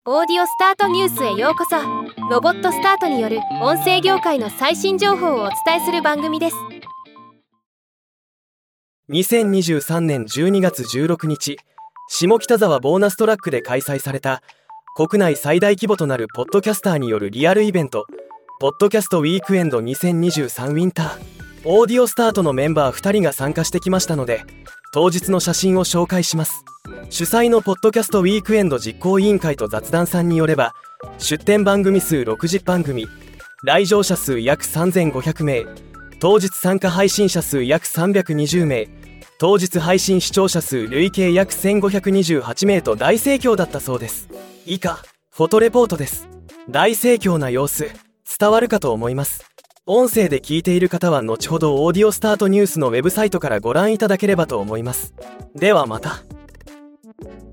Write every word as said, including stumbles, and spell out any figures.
オーディオスタートニュースへようこそ。ロボットスタートによる音声業界の最新情報をお伝えする番組です。 にせんにじゅうさんねんじゅうにがつじゅうろくにち、下北沢ボーナストラックで開催された国内最大規模となるポッドキャスターによるリアルイベント、ポッドキャストウィークエンドにせんにじゅうさんウィンター。オーディオスタートのメンバーふたりが参加してきましたので、当日の写真を紹介します。主催のポッドキャストウィークエンド実行委員会と雑談さんによれば、出展番組数ろくじゅっばんぐみ、来場者数約さんぜんごひゃくめい、当日参加配信者数約さんびゃくにじゅうめい、当日配信視聴者数累計約せんごひゃくにじゅうはちめいと大盛況だったそうです。以下フォトレポートです。大盛況な様子伝わるかと思います。音声で聞いている方は後ほどオーディオスタートニュースのウェブサイトからご覧いただければと思います。ではまた。